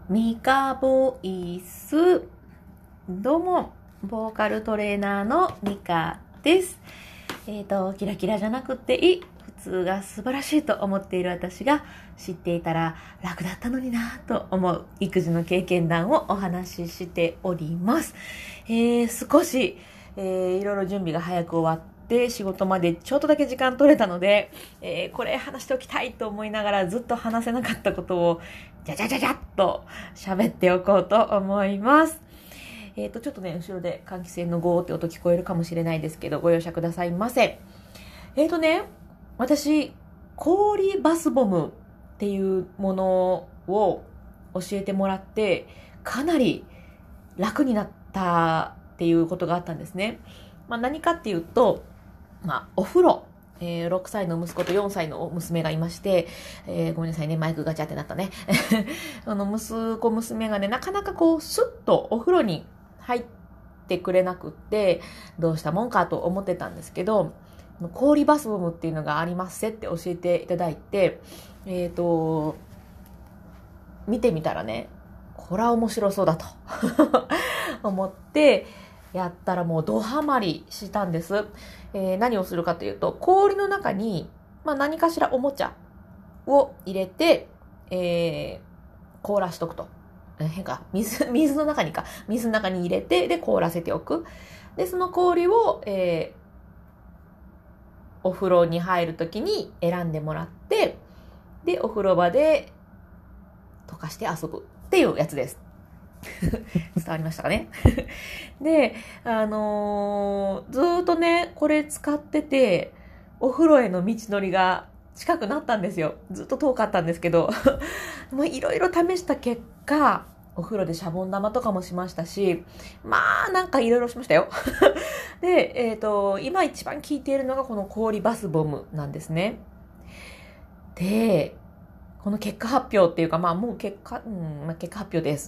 ミカボイス。どうも、ボーカルトレーナーのミカです。キラキラじゃなくていい、普通が素晴らしいと思っている私が知っていたら楽だったのになと思う育児の経験談をお話ししております。少し、いろいろ準備が早く終わって仕事までちょっとだけ時間取れたので、これ話しておきたいと思いながらずっと話せなかったことをじゃじゃじゃじゃっと喋っておこうと思います。ちょっとね、後ろで換気扇のゴーって音聞こえるかもしれないですけど、ご容赦くださいませ。私、氷バスボムっていうものを教えてもらって、かなり楽になったっていうことがあったんですね。何かっていうと、お風呂。6歳の息子と4歳の娘がいまして、ごめんなさいね、マイクガチャってなったね。息子、娘がね、なかなかスッとお風呂に入ってくれなくって、どうしたもんかと思ってたんですけど、氷バスボムっていうのがありますって教えていただいて、見てみたらね、これは面白そうだと思って、やったらもうドハマりしたんです。何をするかというと、氷の中に、何かしらおもちゃを入れて、凍らしとくと。水の中に入れて、で、凍らせておく。で、その氷を、お風呂に入るときに選んでもらって、で、お風呂場で溶かして遊ぶっていうやつです。伝わりましたかね。で、ずーっとね、これ使ってて、お風呂への道のりが近くなったんですよ。ずっと遠かったんですけど、もういろいろ試した結果、お風呂でシャボン玉とかもしましたし、なんかいろいろしましたよ。で、今一番効いているのがこの氷バスボムなんですね。で、この結果発表っていうか、もう結果発表です。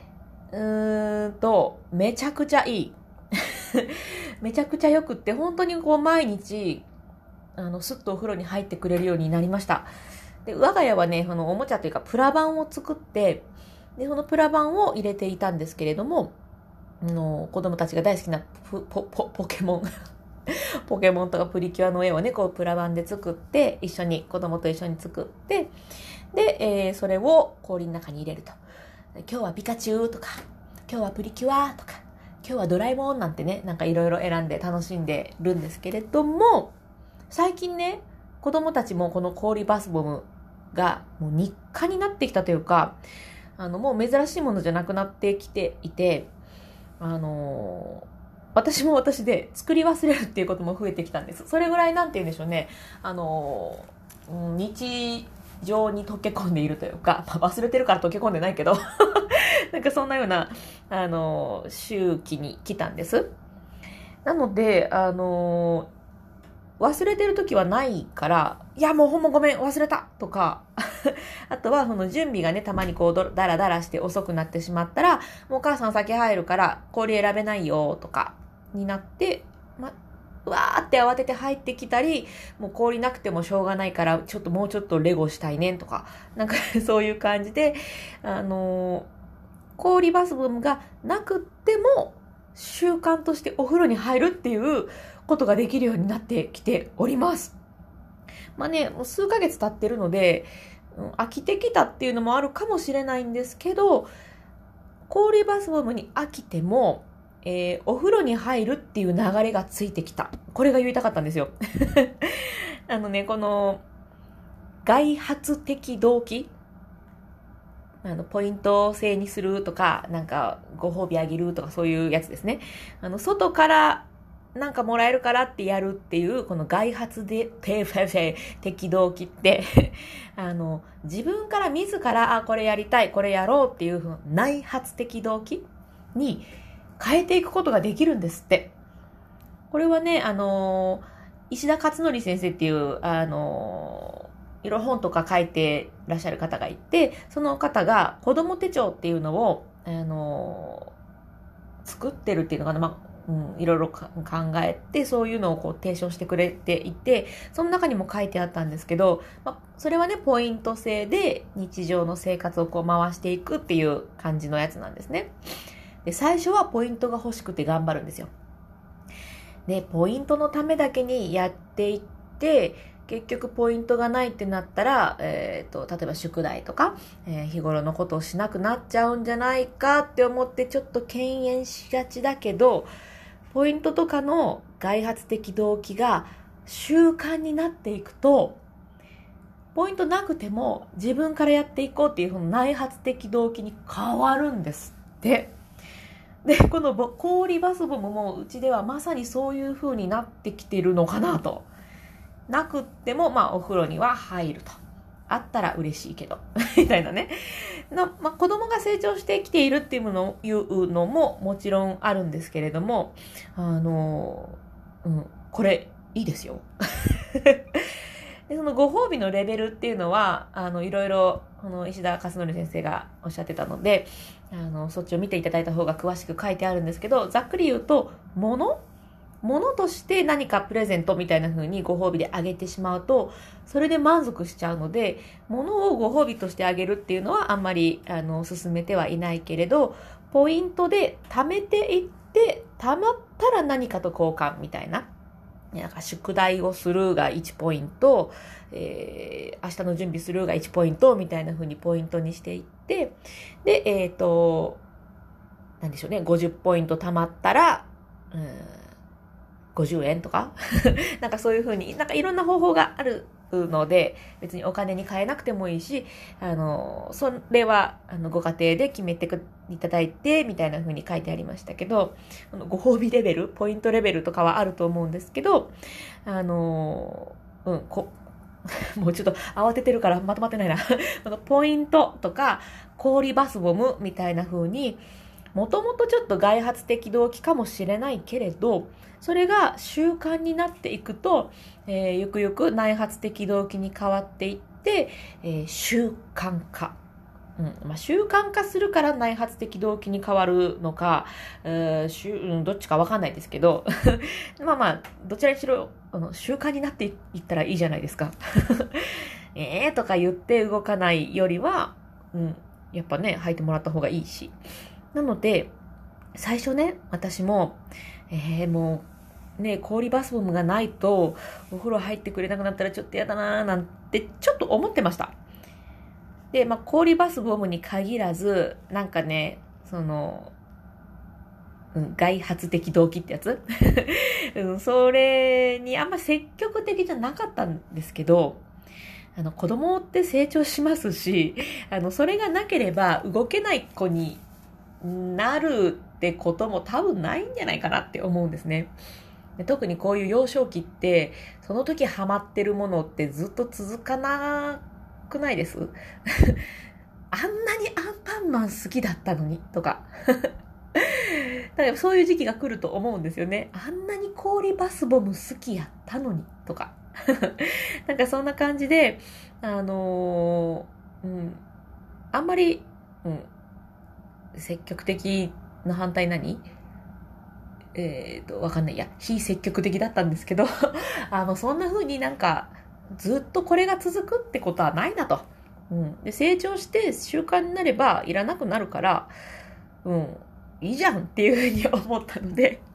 めちゃくちゃいい。めちゃくちゃよくって、本当に毎日、スッとお風呂に入ってくれるようになりました。で、我が家はね、おもちゃというか、プラ板を作って、で、そのプラ板を入れていたんですけれども、子供たちが大好きなポケモン。ポケモンとかプリキュアの絵をね、プラ板で作って、子供と一緒に作って、で、それを氷の中に入れると。今日はピカチュウとか、今日はプリキュアとか、今日はドラえもんなんてね、なんかいろいろ選んで楽しんでるんですけれども、最近ね、子供たちもこの氷バスボムがもう日課になってきたというか、もう珍しいものじゃなくなってきていて、私も私で作り忘れるっていうことも増えてきたんです。それぐらいなんて言うんでしょうね、日常に溶け込んでいるというか、忘れてるから溶け込んでないけどなんかそんなような周期に来たんです。なので忘れてる時はないから、いやもうほんまごめん忘れたとかあとはその準備がね、たまにダラダラして遅くなってしまったら、もうお母さん先入るから氷選べないよとかになって、うわーって慌てて入ってきたり、もう氷なくてもしょうがないからもうちょっとレゴしたいねんとか、なんかそういう感じで氷バスボムがなくっても習慣としてお風呂に入るっていうことができるようになってきております。もう数ヶ月経ってるので、飽きてきたっていうのもあるかもしれないんですけど、氷バスボムに飽きても、お風呂に入るっていう流れがついてきた。これが言いたかったんですよ。この外発的動機、ポイント制にするとか、なんかご褒美あげるとかそういうやつですね。外からなんかもらえるからってやるっていう、この外発的動機って自分から自ら、これやりたい、これやろうっていう内発的動機に変えていくことができるんですって。これはね、石田勝則先生っていう、いろいろ本とか書いてらっしゃる方がいて、その方が子供手帳っていうのを、作ってるっていうのかな、 いろいろ考えて、そういうのをこう提唱してくれていて、その中にも書いてあったんですけど、それはね、ポイント制で日常の生活をこう回していくっていう感じのやつなんですね。で、最初はポイントが欲しくて頑張るんですよ。で、ポイントのためだけにやっていって、結局ポイントがないってなったら、例えば宿題とか、日頃のことをしなくなっちゃうんじゃないかって思ってちょっと敬遠しがちだけど、ポイントとかの外発的動機が習慣になっていくと、ポイントなくても自分からやっていこうっていう内発的動機に変わるんですって。で、この氷バスボムもうちではまさにそういう風になってきてるのかなと。なくっても、お風呂には入ると。あったら嬉しいけど。みたいなね。子供が成長してきているっていうのももちろんあるんですけれども、これ、いいですよ。で、そのご褒美のレベルっていうのは、いろいろ、石田勝則先生がおっしゃってたので、そっちを見ていただいた方が詳しく書いてあるんですけど、ざっくり言うと、物として何かプレゼントみたいな風にご褒美であげてしまうと、それで満足しちゃうので、物をご褒美としてあげるっていうのはあんまり、進めてはいないけれど、ポイントで貯めていって、貯まったら何かと交換みたいな。なんか宿題をするが1ポイント、明日の準備するが1ポイントみたいな風にポイントにしていって、で、なんでしょうね、50ポイント貯まったら、50円とかなんかそういう風に、なんかいろんな方法があるので、別にお金に変えなくてもいいし、それは、ご家庭で決めていただいて、みたいな風に書いてありましたけど、ご褒美レベル、ポイントレベルとかはあると思うんですけど、もうちょっと慌ててるからまとまってないな。ポイントとか、氷バスボムみたいな風に、もともとちょっと外発的動機かもしれないけれど、それが習慣になっていくと、ゆくゆく内発的動機に変わっていって、習慣化。習慣化するから内発的動機に変わるのか、どっちかわかんないですけど、どちらにしろ、習慣になっていったらいいじゃないですか。とか言って動かないよりは、やっぱね、履いてもらった方がいいし。なので、最初ね、私も、もう、ね、氷バスボムがないと、お風呂入ってくれなくなったらちょっと嫌だなーなんて、ちょっと思ってました。で、氷バスボムに限らず、なんかね、外発的動機ってやつそれにあんま積極的じゃなかったんですけど、子供って成長しますし、それがなければ動けない子になるってことも多分ないんじゃないかなって思うんですね。で、特にこういう幼少期って、その時ハマってるものってずっと続かなくないですあんなにアンパンマン好きだったのにとか。だからそういう時期が来ると思うんですよね。あんなに氷バスボム好きやったのにとか。なんかそんな感じで、あんまり、積極的の反対何わかんないや。非積極的だったんですけど、そんな風になんか、ずっとこれが続くってことはないなと。で、成長して習慣になればいらなくなるから、いいじゃんっていう風に思ったので、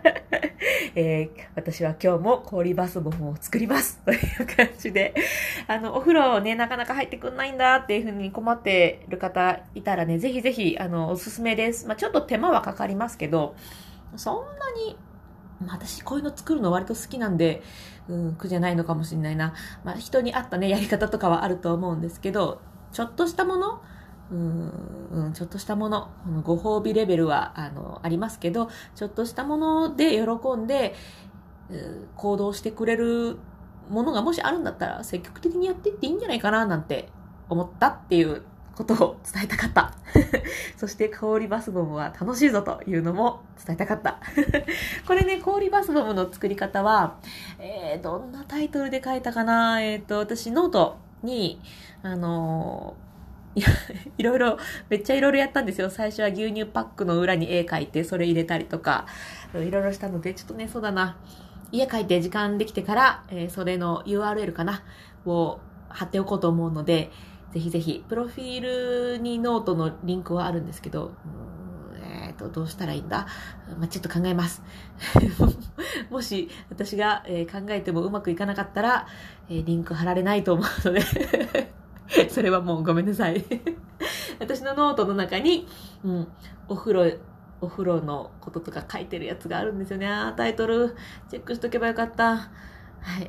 私は今日も氷バスボムを作りますという感じで、お風呂ね、なかなか入ってくんないんだっていう風に困ってる方いたらね、ぜひぜひ、おすすめです。ちょっと手間はかかりますけど、そんなに、私こういうの作るの割と好きなんで、苦じゃないのかもしれないな。人に合ったね、やり方とかはあると思うんですけど、ちょっとしたもの、ちょっとしたもの、ご褒美レベルは、ありますけど、ちょっとしたもので喜んで、行動してくれるものがもしあるんだったら、積極的にやっていっていいんじゃないかな、なんて思ったっていうことを伝えたかった。そして氷バスボムは楽しいぞというのも伝えたかった。これね、氷バスボムの作り方は、どんなタイトルで書いたかな。私ノートに、 いや、いろいろ、めっちゃいろいろやったんですよ。最初は牛乳パックの裏に絵描いて、それ入れたりとか、いろいろしたので、ちょっとね、そうだな。家帰って時間できてから、それの URL かなを貼っておこうと思うので、ぜひぜひ、プロフィールにノートのリンクはあるんですけど、どうしたらいいんだ、ちょっと考えます。もし私が、考えてもうまくいかなかったら、リンク貼られないと思うのでそれはもうごめんなさい。私のノートの中に、お風呂のこととか書いてるやつがあるんですよね。タイトルチェックしとけばよかった。はい。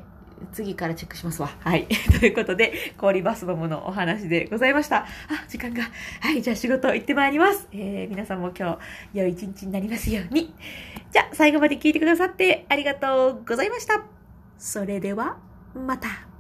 次からチェックしますわ。はい。ということで、氷バスボムのお話でございました。時間が。はい。じゃあ仕事行ってまいります。皆さんも今日、良い一日になりますように。じゃあ、最後まで聞いてくださってありがとうございました。それでは、また。